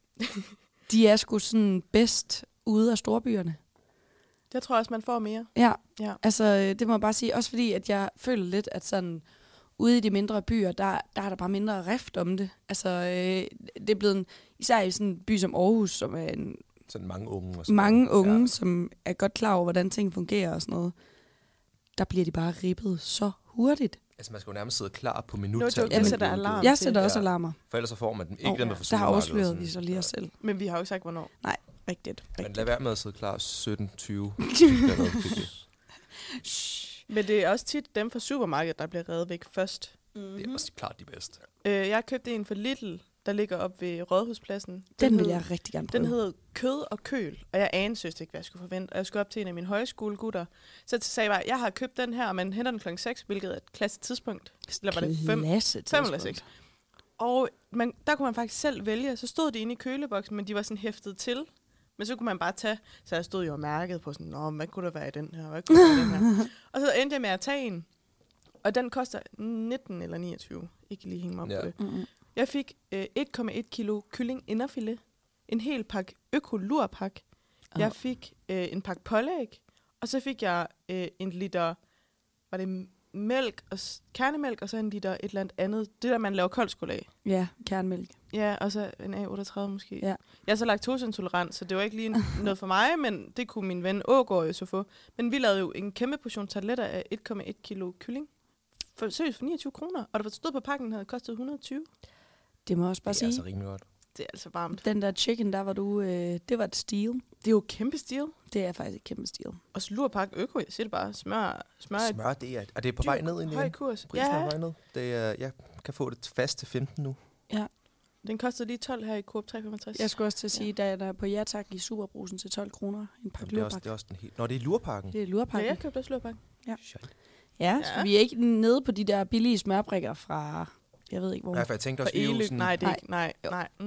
De er sgu sådan bedst ude af storbyerne. Jeg tror også, man får mere. Ja. Altså, det må jeg bare sige. Også fordi, at jeg føler lidt, at sådan ude i de mindre byer, der er der bare mindre rift om det. Altså, det er blevet især i sådan en by som Aarhus, som er en sådan mange unge, som er godt klar over, hvordan ting fungerer og sådan noget. Der bliver de bare ribbet så hurtigt. Altså, man skal jo nærmest sidde klar på minuttal. Jeg sætter alarm. Jeg sætter også alarmer. For ellers så får man den ikke den, der får der har afsløret vi så lige os selv. Men vi har jo ikke sagt, hvornår. Nej, rigtigt. Men lad være med at sidde klar 17:20. Men det er også tit dem fra supermarkedet, der bliver reddet væk først. Mm-hmm. Det er også klart de bedste. Jeg købte en for Lidl, der ligger op ved Rådhuspladsen. Den vil jeg rigtig gerne prøve. Den hed kød og køl, og jeg anede ikke, hvad jeg skulle forvente. Og jeg skulle op til en af mine højskolegutter. Så sagde jeg bare, jeg har købt den her, og man henter den klokken 6, hvilket er et klasse tidspunkt. Eller var det 5 eller 6? Og der kunne man faktisk selv vælge. Så stod de inde i køleboksen, men de var sådan hæftet til. Men så kunne man bare tage, så jeg stod jo og mærkede på sådan, hvad kunne der være i den her, hvad kunne der være i den her? Og så endte jeg med at tage en, og den koster 19 eller 29. Ikke lige hænge mig op på det. Mm-hmm. Jeg fik 1,1 kilo kylling inderfilet, en hel pakke økolurpak, jeg fik en pakke pålæg, og så fik jeg en liter, var det mælk og kernemælk, og så en liter et eller andet. Det der, man laver koldskål af. Ja, kernemælk. Ja, og så en A38 måske. Ja. Jeg er så laktoseintolerant, så det var ikke lige noget for mig, men det kunne min ven Ågaard jo så få. Men vi lavede jo en kæmpe portion tarteletter af 1,1 kilo kylling. Seriøst for 29 kroner, og der stod på pakken, havde kostet 120. Det må også bare sige. Det er altså rimelig godt. Det er altså varmt. Den der chicken, der var du, det var et steal. Det er jo kæmpe steal. Det er faktisk et kæmpe steal. Og slurpak øko, jeg siger det bare. Smør det er, og det er på vej ned i høj kurs. Prisen er på vej ned. Det er, jeg kan få det fast til 15 nu. Ja. Den kostede lige 12 her i Coop 365. Jeg skulle også til at sige, der er på tak i Superbrusen til 12 kroner. En pakke lurpak. Det er også den helt. Nå, det er lurpakken. Det er lurpakken. Ja, jeg købte også lurpakken. Ja, så vi er ikke nede på de der billige smørbrikker fra, jeg ved ikke hvor. Nej, for jeg tænkte også, sådan... Nej, det er ikke. Nej.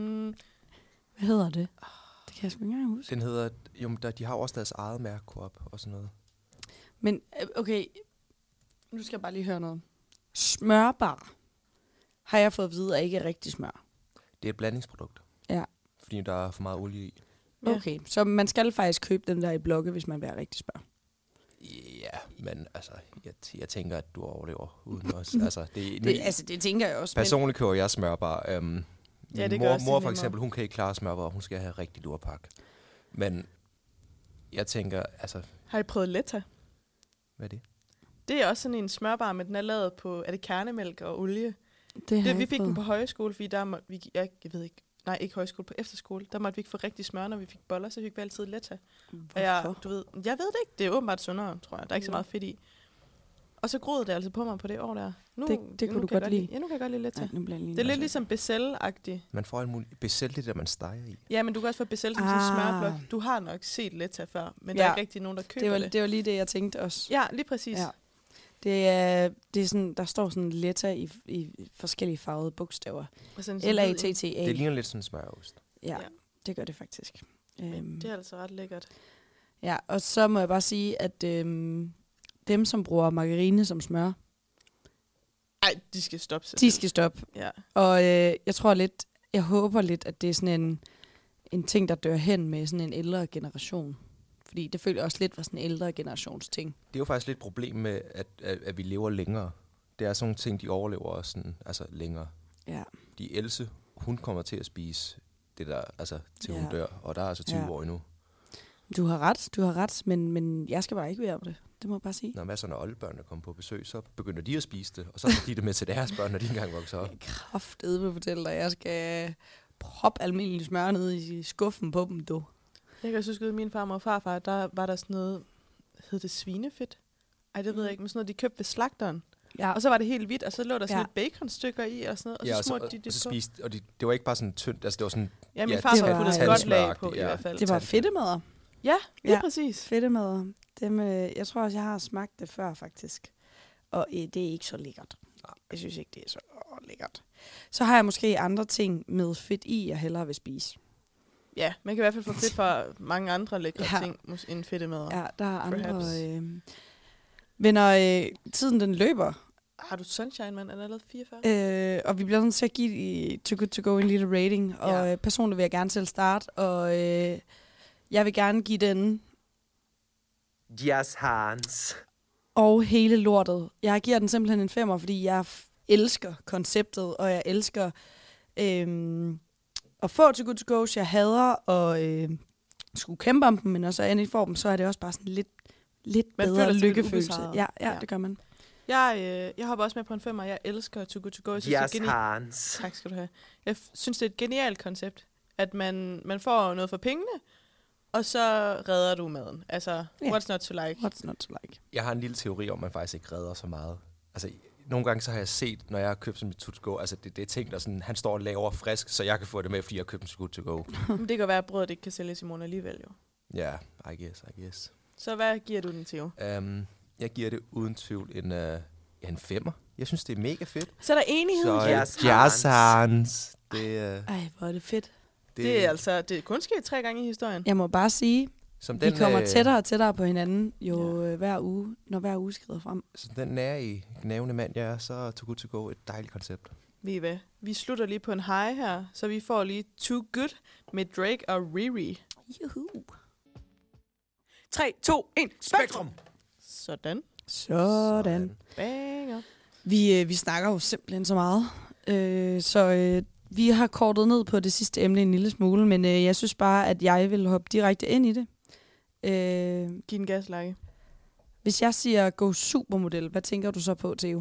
Hvad hedder det? Det kan jeg sgu ikke engang huske. Den hedder, de har også deres eget mærke Coop og sådan noget. Men, okay, nu skal jeg bare lige høre noget. Smørbar har jeg fået at vide, at ikke er rigtig smør. Det er et blandingsprodukt. Ja. Fordi der er for meget olie i. Okay, så man skal faktisk købe den der i blokke, hvis man vil have rigtig smør. Ja, men altså, jeg tænker, at du overlever uden også. Altså, det tænker jeg også. Personligt kører jeg smørbar. Min mor for eksempel, hun kan ikke klare smørbar, hun skal have rigtig lurpak. Men jeg tænker, altså... Har I prøvet Letta? Hvad er det? Det er også sådan en smørbar, men den er lavet på, er det kernemælk og olie? Det vi fik den på højskole, fordi der jeg ved ikke, nej, ikke højskole, på efterskole, der måtte vi ikke få rigtig smør, når vi fik boller, så fik vi altid Letta. Og jeg ved det ikke, det er åbenbart sundere, tror jeg. Der er ikke så meget fedt i. Og så groede det altså på mig på det år der. Nu, Det kunne du godt lide. Ja, nu kan jeg godt lide Letta. Nu bliver jeg lige Det er lidt ligesom Becel-agtigt. Man får en mulig Becel, det der, man steger i. Ja, men du kan også få Becel som sådan en smørblok. Du har nok set Letta før, men der er ikke rigtig nogen, der køber det. Det var lige det, jeg tænkte også. Ja, lige præcis. Ja. Det er sådan, der står sådan Letta i forskellige farvede bogstaver. L-A-T-T-A. Det ligner lidt sådan en smørost. Ja, det gør det faktisk. Men det er altså ret lækkert. Ja, og så må jeg bare sige, at dem, som bruger margarine som smør, de skal stoppe. De skal stoppe. Ja. Og jeg håber lidt, at det er sådan en ting, der dør hen med sådan en ældre generation. Fordi det føler også lidt var sådan en ældre generations ting. Det er jo faktisk lidt et problem med, at vi lever længere. Det er sådan nogle ting, de overlever sådan, altså længere. Ja. De Else, hun kommer til at spise det der, altså til hun dør. Og der er altså 20 år endnu. Du har ret, men jeg skal bare ikke være på det. Det må jeg bare sige. Når masser af oldebørnene kommer på besøg, så begynder de at spise det, og så tager de det med til deres børn, når de engang vokser op. Kraftedme fortælle dig, jeg skal proppe almindelig smør ned i skuffen på dem, du. Jeg kan også huske, at min farmor og farfar, der var der sådan noget, hed det svinefedt? Ej, det ved jeg ikke, men sådan noget, de købte ved slagteren. Ja. Og så var det helt hvidt, og så lå der sådan lidt baconstykker i, og sådan noget, og så smurte de det på. Spiste, og det var ikke bare sådan tyndt, altså det var sådan... Ja, min far var puttet et godt lag på i hvert fald. Det var fedtemader. Ja, lige præcis. Fedtemader. Jeg tror også, jeg har smagt det før, faktisk. Og det er ikke så lækkert. Jeg synes ikke, det er så lækkert. Så har jeg måske andre ting med fedt i, jeg hellere vil spise. Ja, man kan i hvert fald få fedt for mange andre lækre ting end fedtemader. Ja, der er andre... Men når tiden den løber... Har du Sunshine, man? Er der lavet 44? Og vi bliver nødt til at give Too Good To Go en lille rating. Og personligt vil jeg gerne til at starte. Og jeg vil gerne give den... Yes, Hans. Og hele lortet. Jeg giver den simpelthen en 5'er, fordi jeg elsker konceptet, og jeg elsker at få Too Good To Go. Jeg hader at skulle kæmpe om dem, men når så endelig får dem, så er det også bare sådan lidt bedre lykkefølelse. Ja, det gør man. Jeg hopper også med på en 5'er. Jeg elsker Too Good To Go. Jeg synes, det er Hans. Tak skal du have. Jeg synes, det er et genialt koncept, at man får noget for pengene, og så redder du maden. Altså, what's not to like? What's not to like? Jeg har en lille teori om, at man faktisk ikke redder så meget. Altså, nogle gange så har jeg set, når jeg har købt sådan et Too Good To Go, altså det er ting, der sådan, han står og laver frisk, så jeg kan få det med, fordi jeg har købt en Too Good To Go. Men det kan være, at brødet ikke kan sælges i morgen alligevel, jo. Ja, I guess. Så hvad giver du den, Theo? Jeg giver det uden tvivl en 5'er. Jeg synes, det er mega fedt. Så er der enighed. Så Hans. Ej, hvor er det fedt. Det er kun sket 3 gange i historien. Jeg må bare sige, vi kommer tættere og tættere på hinanden, hver uge, når hver uge skrider frem. Så den gnavende mand, jeg er, så er Too Good To Go et dejligt koncept. Ved I hvad? Vi slutter lige på en high her, så vi får lige Too Good med Drake og Riri. Juhu. 3, 2, 1, Spektrum! Sådan. Banger. Vi snakker jo simpelthen så meget. Så vi har kortet ned på det sidste emne en lille smule, men jeg synes bare, at jeg vil hoppe direkte ind i det. Giv en gas, Lærke. Hvis jeg siger go supermodel, hvad tænker du så på, Theo?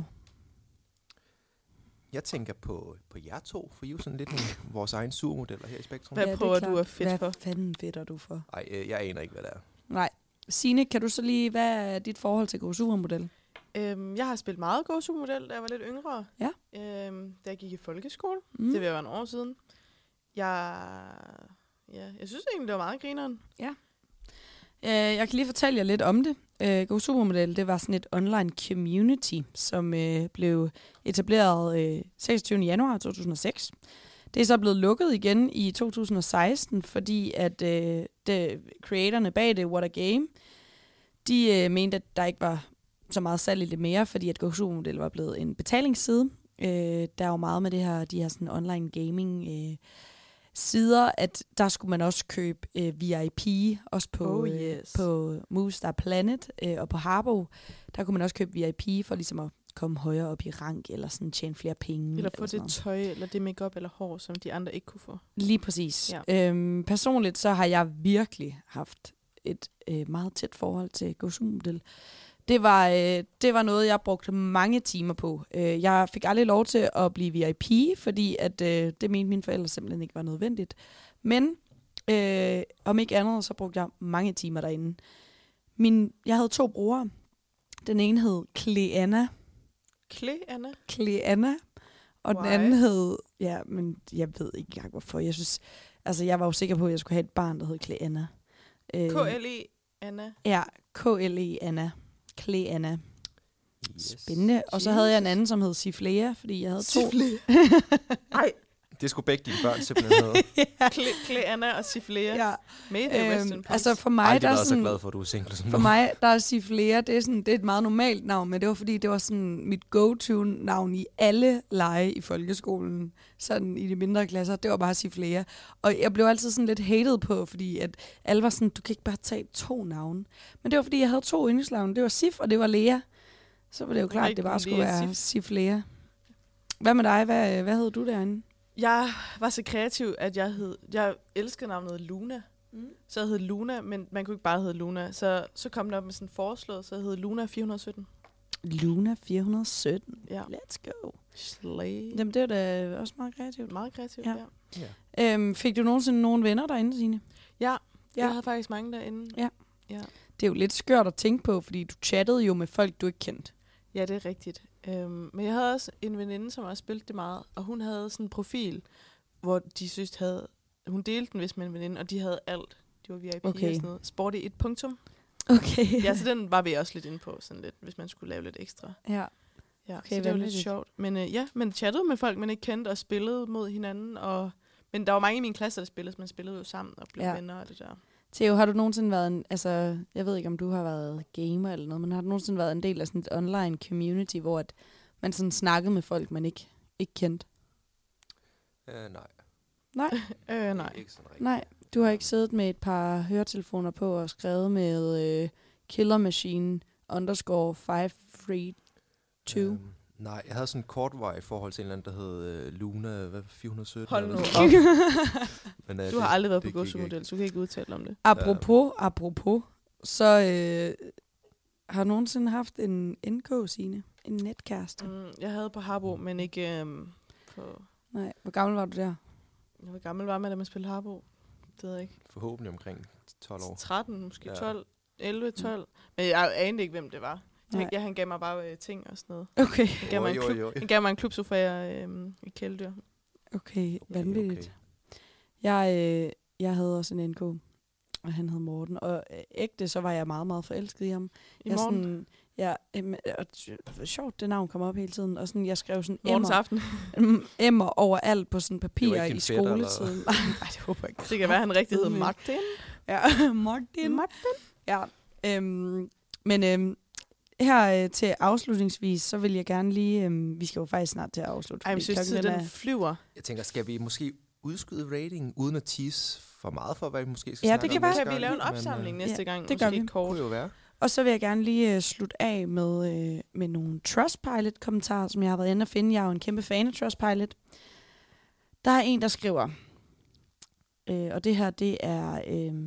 Jeg tænker på jer to, for I er jo sådan lidt vores egen supermodeller her i Spektrum. Hvad prøver du at fedt for? Hvad fanden fedter du for? Nej, jeg aner ikke, hvad det er. Nej. Signe, kan du så lige, hvad er dit forhold til go supermodel? Jeg har spillet meget go supermodel, da jeg var lidt yngre. Ja. Da jeg gik i folkeskole. Det vil være en år siden. Jeg synes egentlig, det var meget grineren. Ja. Jeg kan lige fortælle jer lidt om det. Go Supermodel, det var sådan et online community, som blev etableret 26. januar 2006. Det er så blevet lukket igen i 2016, fordi at creatorerne bag det, What a Game, de mente, at der ikke var så meget salg i det mere, fordi at Go Supermodel var blevet en betalingsside. Der er jo meget med de her sådan online gaming sider, at der skulle man også købe VIP, også på Movistar Planet og på Harbo. Der kunne man også købe VIP for ligesom at komme højere op i rank, eller sådan tjene flere penge. Eller få det tøj, eller det makeup eller hår, som de andre ikke kunne få. Lige præcis. Ja. Personligt så har jeg virkelig haft et meget tæt forhold til Go Supermodel. Det var noget, jeg brugte mange timer på. Jeg fik aldrig lov til at blive VIP, fordi at, det mente mine forældre simpelthen ikke var nødvendigt. Men om ikke andet, så brugte jeg mange timer derinde. Jeg havde 2 brugere. Den ene hed Cleanna. Anna? Og den anden hed... Ja, men jeg ved ikke engang, hvorfor. Jeg synes... Altså, jeg var jo sikker på, at jeg skulle have et barn, der hed Cleanna. K-L-E Anna? Ja, K-L-E Anna. Cleanna. Yes. Spændende. Og så havde jeg en anden, som hed Siflea, fordi jeg havde to. Nej. Det skulle begge dine børn simpelthen have. Anna og Siflea. Ja. Made in Western Punch. Altså for mig, der er så sådan... glad for, at du er single. For mig, der er Siflea, det er et meget normalt navn, men det var fordi, det var sådan mit go-to-navn i alle lege i folkeskolen, sådan i de mindre klasser. Det var bare Siflea. Og jeg blev altid sådan lidt hated på, fordi at alle var sådan, du kan ikke bare tage 2 navne. Men det var fordi, jeg havde 2 yndlingsnavne. Det var Sif, og det var Lea. Så var det jo klart, at det bare skulle være Siflea. Hvad med dig? Hvad hed du derinde? Jeg var så kreativ, at jeg elskede navnet Luna. Så jeg hed Luna, men man kunne ikke bare hedde Luna. Så kom den op med sådan en foreslået, så jeg hed Luna 417. Luna 417. Ja. Let's go. Slay. Jamen, det er da også meget kreativt. Meget kreativt, Ja. ja. Fik du nogensinde nogle venner derinde, Signe? Ja, jeg havde faktisk mange derinde. Ja. Ja. Det er jo lidt skørt at tænke på, fordi du chattede jo med folk, du ikke kendte. Ja, det er rigtigt. Men jeg havde også en veninde, som også spillede det meget, og hun havde sådan en profil, hvor de synes hun delte den vist med en veninde, og de havde alt. De var VIP og sådan noget. Sport i 1 punktum. Okay. Ja, så den var vi også lidt inde på, sådan lidt, hvis man skulle lave lidt ekstra. Ja. Ja, Okay, så det var lidt sjovt. Men man chattede med folk, man ikke kendte, og spillede mod hinanden. Men der var mange i min klasse, der spillede, så man spillede jo sammen og blev venner og det der. Theo, har du nogensinde været jeg ved ikke, om du har været gamer eller noget, men har du nogensinde været en del af sådan et online community, hvor at man sådan snakkede med folk, man ikke kendte? Nej. Nej. Ikke sådan rigtigt. Nej, du har ikke siddet med et par høretelefoner på og skrevet med Killer Machine _532. Nej, jeg havde sådan en kortvarig forhold til en eller anden, der hed Luna 417. Hold nu eller op. Men, Du har aldrig været på det gik godsmodel, så du kan ikke udtale om det. Apropos, så har du nogensinde haft en NK, Signe? En netkæreste? Jeg havde på Harbo, men ikke på... Nej, hvor gammel var du der? Hvor gammel var man, da man spillede Harbo? Det ved jeg ikke. Forhåbentlig omkring 12 år. 13, måske Ja. 12, 11, 12. Men jeg anede ikke, hvem det var. Nej. Han gav mig bare ting og sådan noget. Okay. Han gav mig en klubsofa i kæledyr. Okay, vanvittigt. Okay. Jeg havde også en NK, og han hed Morten. Og ægte, så var jeg meget, meget forelsket i ham. I morgen? Sådan, sjovt, det navn kom op hele tiden. Og sådan, jeg skrev sådan Morgens aften. Emmer overalt på sådan papirer ikke i din fætter, skoletiden. Nej, det håber jeg ikke. Det kan være, han rigtig hedder Martin. Ja, Martin. Ja, men her til afslutningsvis, så vil jeg gerne lige... vi skal jo faktisk snart til at afslutte. Ej, men synes den flyver. Jeg tænker, skal vi måske udskyde ratingen, uden at tease for meget for, hvad vi måske skal Ja, snakke det kan om være. næste Kan vi gang? lave en opsamling næste gang? det gør Måske vi. kort. Det kunne jo være. Og så vil jeg gerne lige slutte af med nogle Trustpilot-kommentarer, som jeg har været inde at finde. Jeg er jo en kæmpe fan af Trustpilot. Der er en, der skriver, og det her, det er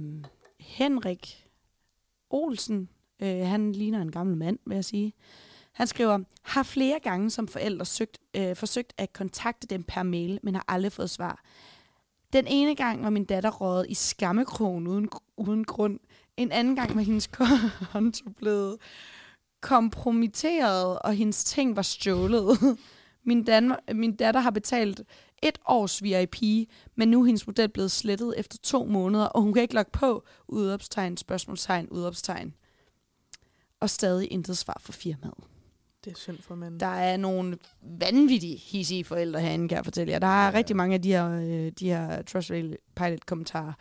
Henrik Olsen. Han ligner en gammel mand, vil jeg sige. Han skriver, har flere gange som forældre forsøgt at kontakte dem per mail, men har aldrig fået svar. Den ene gang var min datter røget i skammekrogen uden grund. En anden gang var hendes konto blevet kompromitteret, og hendes ting var stjålet. Min datter har betalt 1 års VIP, men nu er hendes model blevet slettet efter 2 måneder, og hun kan ikke logge på, udopstegn, spørgsmålstegn, udopstegn. Og stadig intet svar fra firmaet. Det er synd for manden. Der er nogle vanvittige hissige forældre herinde, kan jeg fortælle jer. Der er rigtig mange af de her Trustpilot-kommentarer.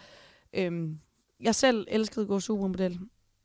Jeg selv elskede Go Supermodel.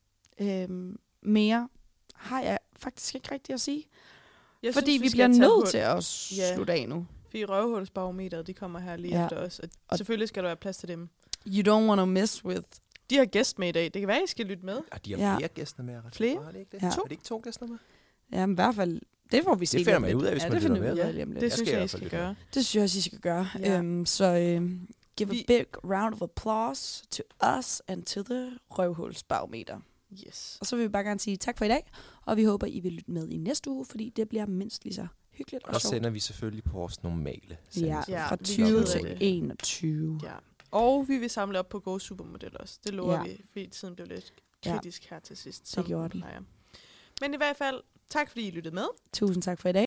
Mere har jeg faktisk ikke rigtigt at sige. Fordi vi bliver nødt til at slutte af nu. Fordi røvhulsbarometeret, de kommer her lige efter os. Og selvfølgelig skal der være plads til dem. You don't want to mess with. De har gæst med i dag. Det kan være, I skal lytte med. Og de har flere gæster med. Flere? Har de ikke det? Ja. Er det ikke 2 gæster med? Ja, men i hvert fald, det får vi se. Det finder man ud af, hvis man lytter med. Det synes jeg, I skal gøre. Det synes jeg også, I skal gøre. Ja. Give a big round of applause to us and to the røvhulsbarometer. Yes. Og så vil vi bare gerne sige tak for i dag, og vi håber, I vil lytte med i næste uge, fordi det bliver mindst lige så hyggeligt og Og sjovt. sender vi selvfølgelig på vores normale Ja, sendelse. fra vi 20 glæder til det. 21. Ja. Og vi vil samle op på Go Supermodel også. Det lover Ja. vi, fordi tiden blev lidt kritisk her til sidst. gjorde den. Plejer. Men i hvert fald, tak fordi I lyttede med. Tusind tak for i dag.